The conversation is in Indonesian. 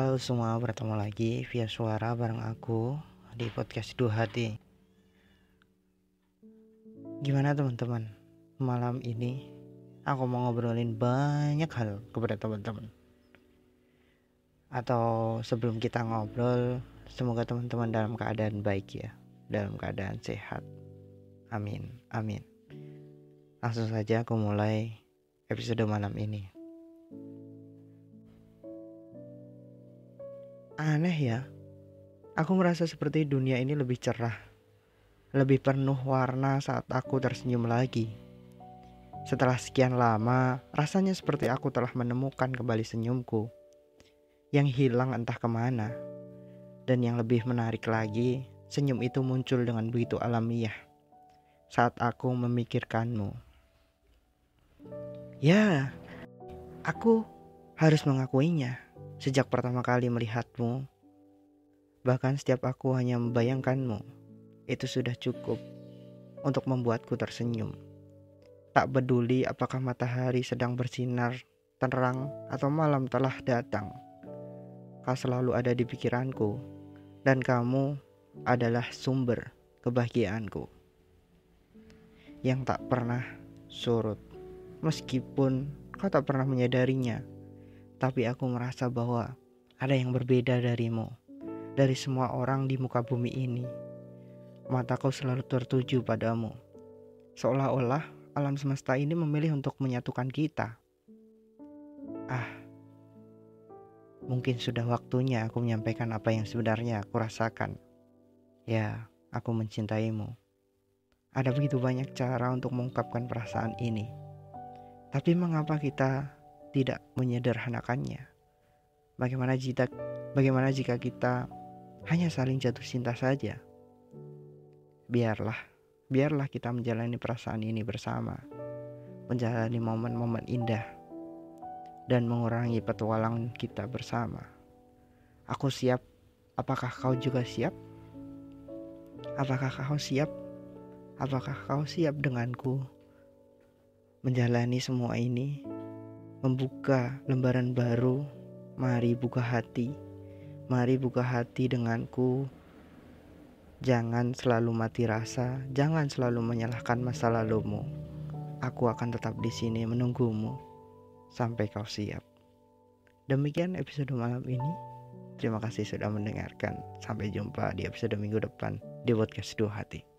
Halo semua, bertemu lagi via suara bareng aku di podcast Dua Hati. Gimana teman-teman? Malam ini aku mau ngobrolin banyak hal kepada teman-teman. Atau sebelum kita ngobrol, semoga teman-teman dalam keadaan baik ya, dalam keadaan sehat. Amin, amin. Langsung saja aku mulai episode malam ini. Aneh ya, aku merasa seperti dunia ini lebih cerah, lebih penuh warna saat aku tersenyum lagi. Setelah sekian lama, rasanya seperti aku telah menemukan kembali senyumku yang hilang entah kemana. Dan yang lebih menarik lagi, senyum itu muncul dengan begitu alamiah saat aku memikirkanmu. Ya, aku harus mengakuinya. Sejak pertama kali melihatmu, bahkan setiap aku hanya membayangkanmu, itu sudah cukup untuk membuatku tersenyum. Tak peduli apakah matahari sedang bersinar terang atau malam telah datang, kau selalu ada di pikiranku, dan kamu adalah sumber kebahagiaanku yang tak pernah surut. Meskipun kau tak pernah menyadarinya, tapi aku merasa bahwa ada yang berbeda darimu, dari semua orang di muka bumi ini. Mataku selalu tertuju padamu, seolah-olah alam semesta ini memilih untuk menyatukan kita. Mungkin sudah waktunya aku menyampaikan apa yang sebenarnya aku rasakan. Ya, aku mencintaimu. Ada begitu banyak cara untuk mengungkapkan perasaan ini. Tapi mengapa kita tidak menyederhanakannya? Bagaimana jika kita hanya saling jatuh cinta saja? Biarlah kita menjalani perasaan ini bersama, menjalani momen-momen indah, dan mengurangi petualangan kita bersama. Aku siap. Apakah kau juga siap? Apakah kau siap? Apakah kau siap denganku menjalani semua ini? Membuka lembaran baru. Mari buka hati. Mari buka hati denganku. Jangan selalu mati rasa. Jangan selalu menyalahkan masa lalumu. Aku akan tetap di sini menunggumu sampai kau siap. Demikian episode malam ini. Terima kasih sudah mendengarkan. Sampai jumpa di episode minggu depan di podcast Dua Hati.